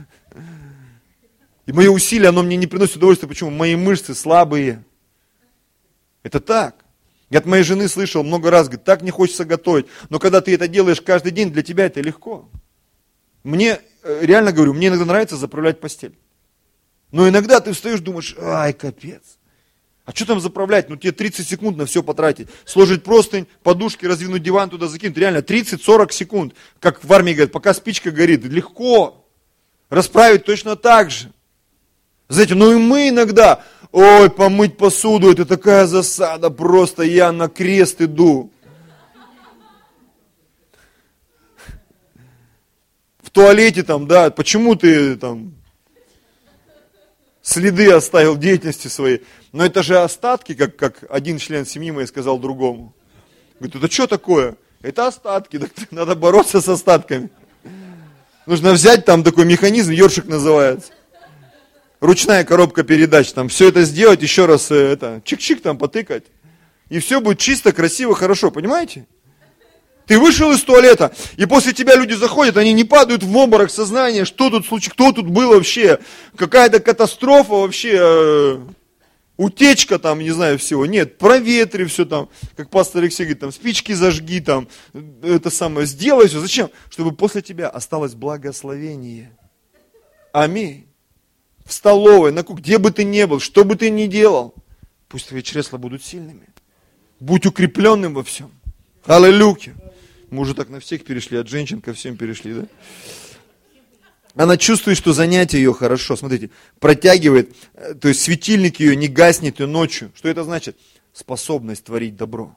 И мое усилие, оно мне не приносит удовольствия. Почему? Мои мышцы слабые. Это так. Я от моей жены слышал много раз, говорит, так не хочется готовить. Но когда ты это делаешь каждый день, для тебя это легко. Мне, реально говорю, мне иногда нравится заправлять постель. Но иногда ты встаешь, думаешь, ай, капец. А что там заправлять? Ну тебе 30 секунд на все потратить. Сложить простынь, подушки, раздвинуть диван, туда закинуть. Реально 30-40 секунд. Как в армии говорят, пока спичка горит. Легко. Расправить точно так же. Знаете, ну и мы иногда, ой, помыть посуду, это такая засада, просто я на крест иду. В туалете там, да, почему ты там следы оставил деятельности своей? Но это же остатки, как один член семьи мой сказал другому. Говорит, это что такое? Это остатки, так надо бороться с остатками. Нужно взять там такой механизм, ёршик называется. ручная коробка передач, там все это сделать, еще раз чик-чик там потыкать. И все будет чисто, красиво, хорошо, понимаете? Ты вышел из туалета, и после тебя люди заходят, они не падают в обморок сознания, что тут случилось, кто тут был вообще, какая-то катастрофа вообще, утечка там, не знаю, всего. Нет, проветри все там, как пастор Алексей говорит, там спички зажги, там, это самое, сделай все. Зачем? Чтобы после тебя осталось благословение. Аминь. В столовой, на кухне, где бы ты ни был, что бы ты ни делал, пусть твои чресла будут сильными. Будь укрепленным во всем. Аллилуйя. Мы уже так на всех перешли, от женщин ко всем перешли, да? Она чувствует, что занятие ее хорошо. Смотрите, протягивает, то есть светильник ее не гаснет ее ночью. Что это значит? Способность творить добро.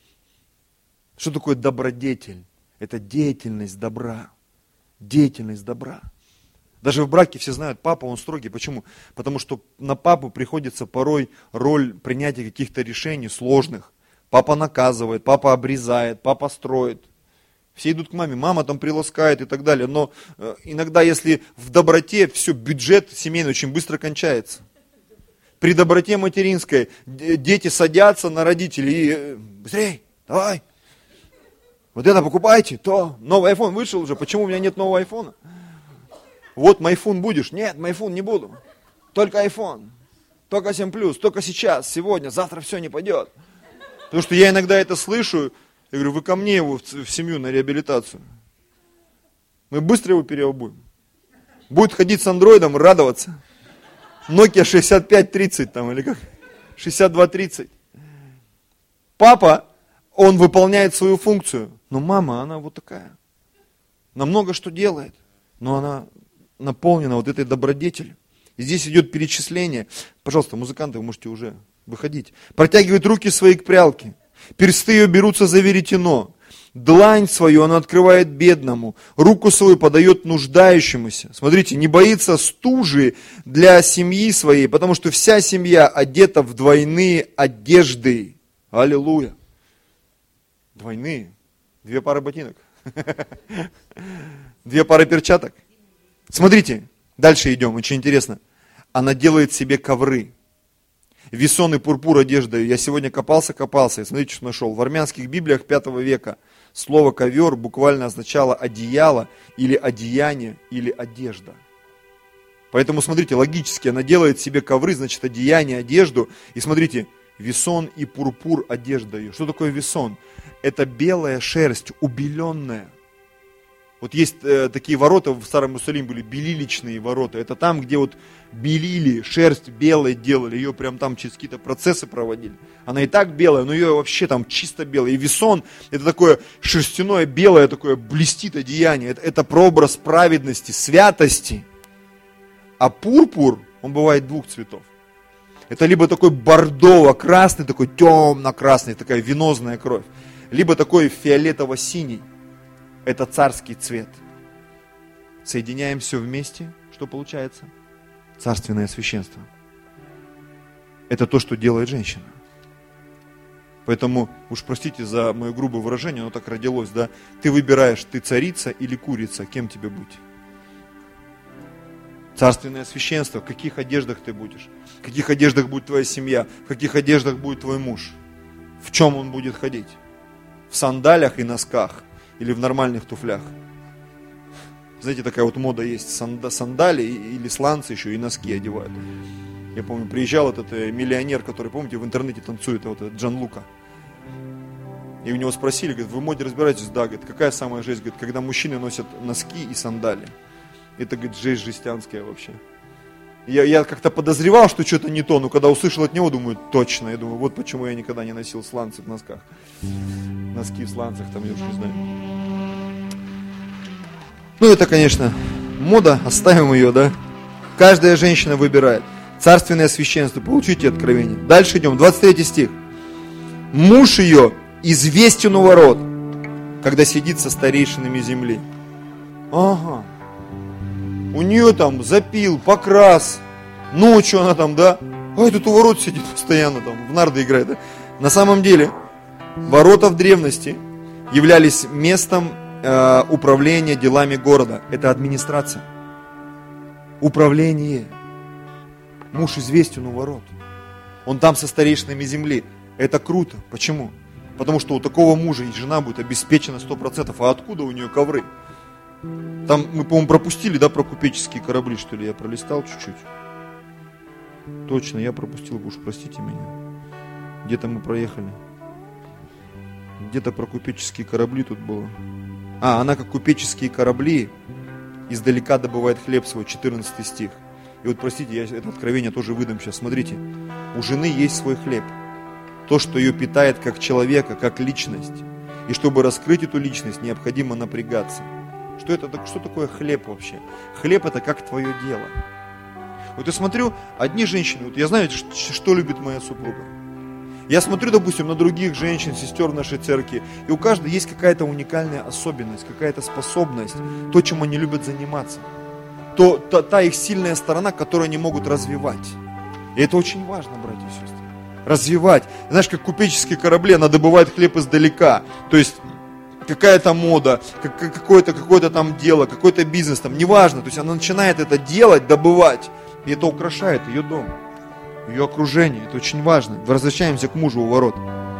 Что такое добродетель? Это деятельность добра. Деятельность добра. Даже в браке все знают, папа, он строгий. Почему? Потому что на папу приходится порой роль принятия каких-то решений сложных. Папа наказывает, папа обрезает, папа строит. Все идут к маме, мама там приласкает и так далее. Но иногда, если в доброте, все, бюджет семейный очень быстро кончается. При доброте материнской дети садятся на родителей и быстрей, давай. Вот это покупайте, то новый iPhone вышел уже, почему у меня нет нового айфона? Вот майфун будешь? Нет, майфун не буду. Только iPhone. Только 7+, только сейчас, сегодня, завтра все не пойдет. Потому что я иногда это слышу, я говорю, вы ко мне его в семью на реабилитацию. Мы быстро его переобуем. Будет ходить с андроидом, радоваться. Nokia 6530 там, или как? 6230. Папа, он выполняет свою функцию. Но мама, она вот такая. Она много что делает. Но она наполнена вот этой добродетелью. И здесь идет перечисление. Пожалуйста, музыканты, вы можете уже выходить. Протягивает руки свои к прялке. Персты ее берутся за веретено. Длань свою она открывает бедному. Руку свою подает нуждающемуся. Смотрите, не боится стужи для семьи своей, потому что вся семья одета в двойные одежды. Аллилуйя. Двойные. 2 пары ботинок. 2 пары перчаток. Смотрите, дальше идем, очень интересно. Она делает себе ковры. Весон и пурпур одеждою. Я сегодня копался, и смотрите, что нашел. В армянских библиях 5 века слово ковер буквально означало одеяло, или одеяние, или одежда. Поэтому, смотрите, логически, она делает себе ковры, значит, одеяние, одежду. И смотрите, весон и пурпур одеждою. Что такое весон? Это белая шерсть, убеленная. Вот есть такие ворота в Старом Иерусалиме были, белилищные ворота. Это там, где вот белили, шерсть белой делали, ее прям там через какие-то процессы проводили. Она и так белая, но ее вообще там чисто белая. И весон, это такое шерстяное белое, такое блестит одеяние. Это прообраз праведности, святости. А пурпур, он бывает 2 цветов. Это либо такой бордово-красный, такой темно-красный, такая венозная кровь. Либо такой фиолетово-синий. Это царский цвет. Соединяем все вместе. Что получается? Царственное священство. Это то, что делает женщина. Поэтому, уж простите за мое грубое выражение, оно так родилось, да? Ты выбираешь, ты царица или курица, кем тебе быть? Царственное священство, в каких одеждах ты будешь? В каких одеждах будет твоя семья? В каких одеждах будет твой муж? В чем он будет ходить? В сандалях и носках? Или в нормальных туфлях. Знаете, такая вот мода есть. Сандали или сланцы еще и носки одевают. Я помню, приезжал этот миллионер, который, помните, в интернете танцует, вот этот Джан Лука. И у него спросили, говорит, вы в моде разбираетесь? Да, говорит, какая самая жесть? Говорит, когда мужчины носят носки и сандали. Это, говорит, жесть жестянская вообще. Я как-то подозревал, что что-то не то, но когда услышал от него, думаю, точно. Я думаю, вот почему я никогда не носил сланцы в носках. Носки в сланцах, там я уж не знаю. Ну, это, конечно, мода, оставим ее, да? Каждая женщина выбирает. Царственное священство, получите откровение. Дальше идем, 23 стих. Муж ее известен у ворот, когда сидит со старейшинами земли. Ага. У нее там запил, покрас, ночью она там, да? Ой, тут у ворот сидит постоянно, там, в нарды играет, да? На самом деле, ворота в древности являлись местом управления делами города. Это администрация. Управление. Муж известен у ворот. Он там со старейшинами земли. Это круто. Почему? Потому что у такого мужа и жена будет обеспечена 100%. А откуда у нее ковры? Там мы, по-моему, пропустили, да, про купеческие корабли, что ли? Я пролистал чуть-чуть. Точно, я пропустил, уж простите меня. Где-то мы проехали. Где-то про купеческие корабли тут было. Она как купеческие корабли издалека добывает хлеб свой, 14 стих. И вот, простите, я это откровение тоже выдам сейчас. Смотрите, у жены есть свой хлеб. То, что ее питает как человека, как личность. И чтобы раскрыть эту личность, необходимо напрягаться. Что такое хлеб вообще? Хлеб это как твое дело. Вот я смотрю, одни женщины, вот я знаю, что любит моя супруга. Я смотрю, допустим, на других женщин, сестер в нашей церкви, и у каждой есть какая-то уникальная особенность, какая-то способность, то, чем они любят заниматься. Та их сильная сторона, которую они могут развивать. И это очень важно, братья и сестры. Развивать. Знаешь, как купеческие корабли, она добывает хлеб издалека. То есть, какая-то мода, какое-то там дело, какой-то бизнес, там, неважно. То есть, она начинает это делать, добывать. И это украшает ее дом, ее окружение. Это очень важно. Возвращаемся к мужу у ворот.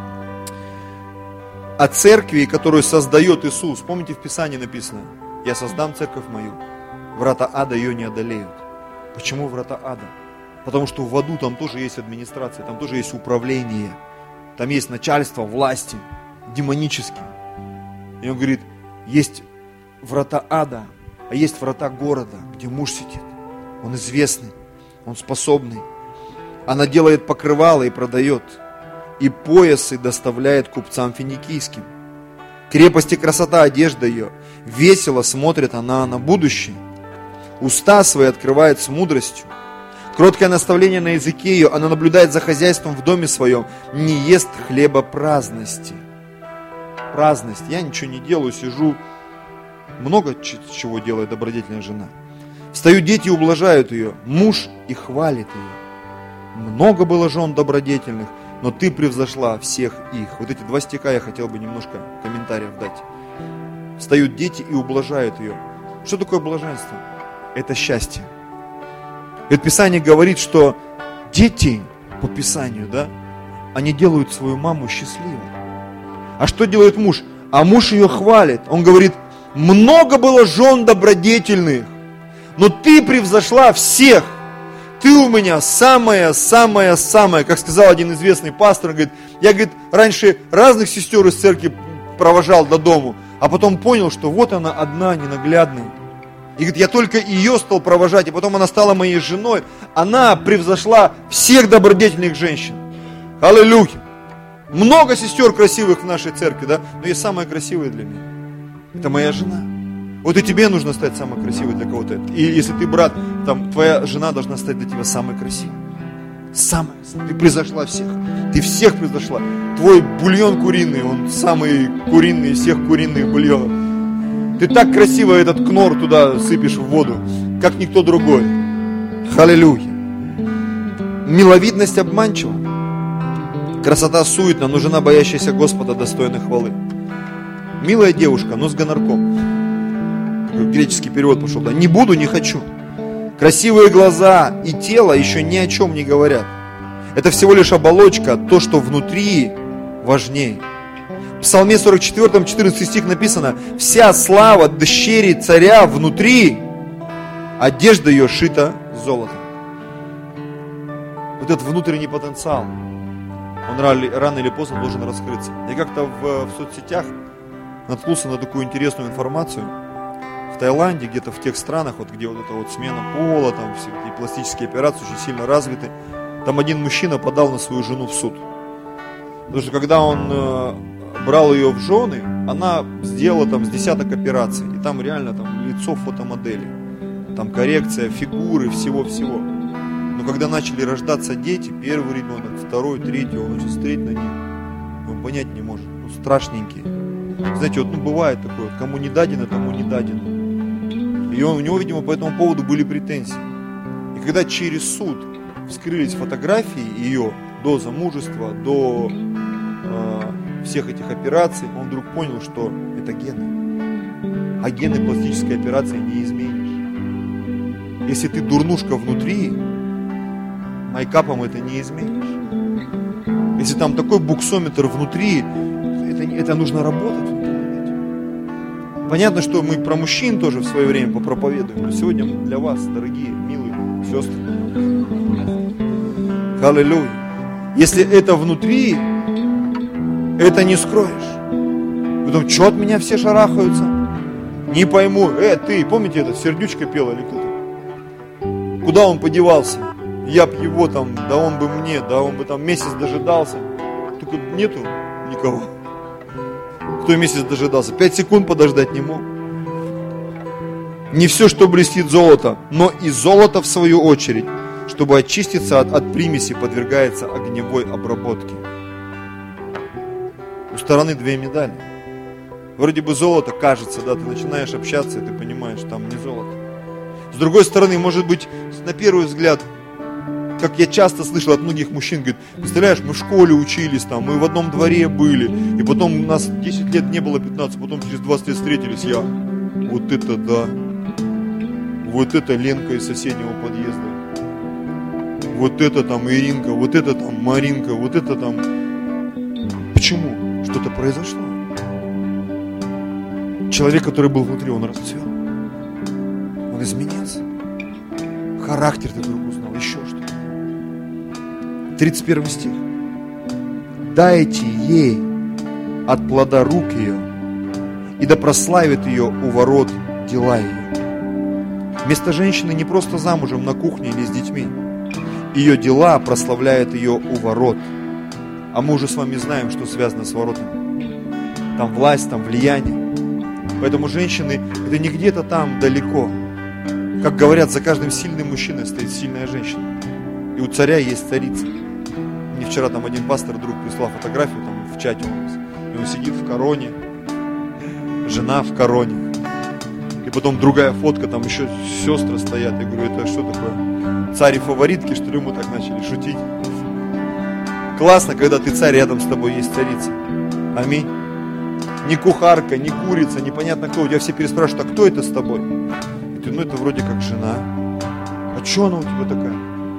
О церкви, которую создает Иисус. Помните, в Писании написано: «Я создам церковь мою, врата ада ее не одолеют». Почему врата ада? Потому что в аду там тоже есть администрация, там тоже есть управление, там есть начальство, власти, демонические. И он говорит, есть врата ада, а есть врата города, где муж сидит. Он известный, он способный. Она делает покрывало и продает, и поясы доставляет купцам финикийским. Крепость и красота одежда ее, весело смотрит она на будущее. Уста свои открывает с мудростью. Кроткое наставление на языке ее, она наблюдает за хозяйством в доме своем, не ест хлеба праздности. Праздность. Я ничего не делаю, сижу. Много чего делает добродетельная жена. Встают дети и ублажают ее, муж и хвалит ее. Много было жен добродетельных, но ты превзошла всех их. Вот эти 2 стиха я хотел бы немножко комментариев дать. Встают дети и ублажают ее. Что такое блаженство? Это счастье. И Писание говорит, что дети, по Писанию, да, они делают свою маму счастливой. А что делает муж? А муж ее хвалит. Он говорит, много было жен добродетельных, но ты превзошла всех. Ты у меня самая, как сказал один известный пастор, говорит, я, говорит, раньше разных сестер из церкви провожал до дому, а потом понял, что вот она одна, ненаглядная. И говорит, я только ее стал провожать, и потом она стала моей женой. Она превзошла всех добродетельных женщин. Аллилуйя! Много сестер красивых в нашей церкви, да? Но есть самая красивая для меня. Это моя жена. Вот и тебе нужно стать самой красивой для кого-то. И если ты брат, там, твоя жена должна стать для тебя самой красивой. Самая. Ты превзошла всех. Ты всех превзошла. Твой бульон куриный, он самый куриный из всех куриных бульонов. Ты так красиво этот кнор туда сыпешь в воду, как никто другой. Аллилуйя. Миловидность обманчива. Красота суетна, но жена, боящаяся Господа, достойна хвалы. Милая девушка, но с гонорком. Греческий перевод пошел, да. Не буду, не хочу. Красивые глаза и тело еще ни о чем не говорят. Это всего лишь оболочка, то, что внутри, важнее. В Псалме 44, 14 стих написано: «Вся слава дщери царя внутри, одежда ее шита золотом». Вот этот внутренний потенциал, он рано или поздно должен раскрыться. Я как-то в соцсетях наткнулся на такую интересную информацию. В Таиланде, где-то в тех странах, вот, где вот эта вот смена пола, там все эти пластические операции очень сильно развиты, там один мужчина подал на свою жену в суд. Потому что когда он брал ее в жены, она сделала там с десяток операций. И там реально там лицо фотомодели. Там коррекция фигуры, всего-всего. Но когда начали рождаться дети, первый ребенок, второй, третий, он начал смотреть на них. Он понять не может. Ну, страшненькие. Знаете, вот бывает такое, кому не дадено, тому не дадено. И у него, видимо, по этому поводу были претензии. И когда через суд вскрылись фотографии ее до замужества, до всех этих операций, он вдруг понял, что это гены. А гены пластической операции не изменишь. Если ты дурнушка внутри, майкапом это не изменишь. Если там такой буксометр внутри, это нужно работать. Понятно, что мы про мужчин тоже в свое время попроповедуем. Но сегодня для вас, дорогие, милые сестры. Аллилуйя. Если это внутри, это не скроешь. Потом, что от меня все шарахаются? Не пойму. Ты, помните это, Сердючка пела или кто-то? Куда он подевался? Я б его там, да он бы мне, да он бы там месяц дожидался. Только нету никого. Кто месяц дожидался? 5 секунд подождать не мог. Не все, что блестит, золото, но и золото, в свою очередь, чтобы очиститься от примеси, подвергается огневой обработке. У стороны две медали. Вроде бы золото кажется, да, ты начинаешь общаться, и ты понимаешь, там не золото. С другой стороны, может быть, на первый взгляд, как я часто слышал от многих мужчин, говорит, представляешь, мы в школе учились, там, мы в одном дворе были, и потом у нас 10 лет не было, 15, потом через 20 лет встретились, я, вот это да, вот это Ленка из соседнего подъезда, вот это там Иринка, вот это там Маринка, вот это там. Почему? Что-то произошло. Человек, который был внутри, он расцвел, он изменился, характер ты вдруг узнал, еще что-то. 31 стих. Дайте ей от плода рук ее, и да прославит ее у ворот дела ее. Место женщины не просто замужем на кухне или с детьми. Ее дела прославляют ее у ворот. А мы уже с вами знаем, что связано с воротами. Там власть, там влияние. Поэтому женщины, это не где-то там далеко. Как говорят, за каждым сильным мужчиной стоит сильная женщина. И у царя есть царица. Мне вчера там один пастор друг прислал фотографию там в чате у нас. И он сидит в короне, жена в короне. И потом другая фотка, там еще сестры стоят. Я говорю, это что такое? Царь и фаворитки, что ли, мы так начали шутить? Классно, когда ты царь, рядом с тобой есть царица. Аминь. Ни кухарка, ни курица, непонятно кто. У тебя все переспрашивают, а кто это с тобой? И ты, это вроде как жена. А что она у тебя такая?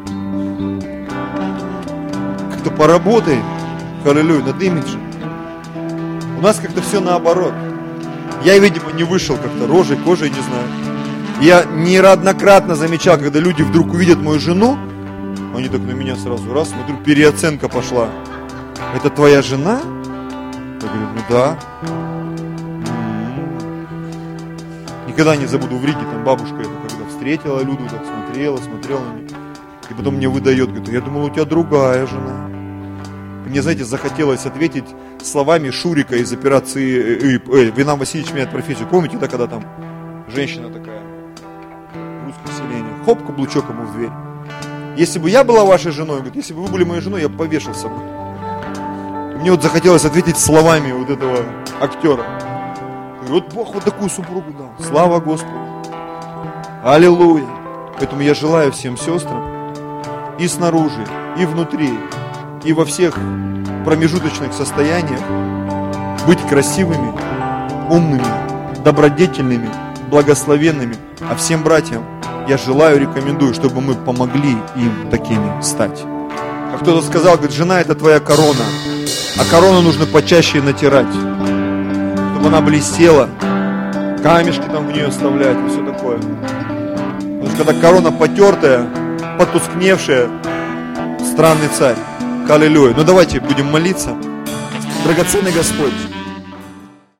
Как-то поработай, аллилуйя, над имиджем. У нас как-то все наоборот. Я, видимо, не вышел как-то рожей, кожей, не знаю. Я неоднократно замечал, когда люди вдруг увидят мою жену, они так на меня сразу раз, смотрю, переоценка пошла. Это твоя жена? Я говорю, да. Никогда не забуду в Риге, там бабушка это когда встретила Люду, так смотрела на меня. И потом мне выдает, говорит, я думал, у тебя другая жена. Мне, знаете, захотелось ответить словами Шурика из операции Венам Васильевич меняет профессию. Помните, да, когда там женщина такая, русское селение, хоп, каблучок ему в дверь. Если бы я была вашей женой, говорит, если бы вы были моей женой, я бы повешался бы. Мне вот захотелось ответить словами вот этого актера. Вот Бог вот такую супругу дал. Слава Господу. Аллилуйя. Поэтому я желаю всем сестрам и снаружи, и внутри, и во всех промежуточных состояниях быть красивыми, умными, добродетельными, благословенными. А всем братьям я желаю, рекомендую, чтобы мы помогли им такими стать. Как кто-то сказал, говорит, жена это твоя корона, а корону нужно почаще натирать, чтобы она блестела, камешки там в нее вставлять и все такое. Потому что когда корона потертая, потускневшая, странный царь. Аллилуйя. Ну давайте будем молиться. Драгоценный Господь,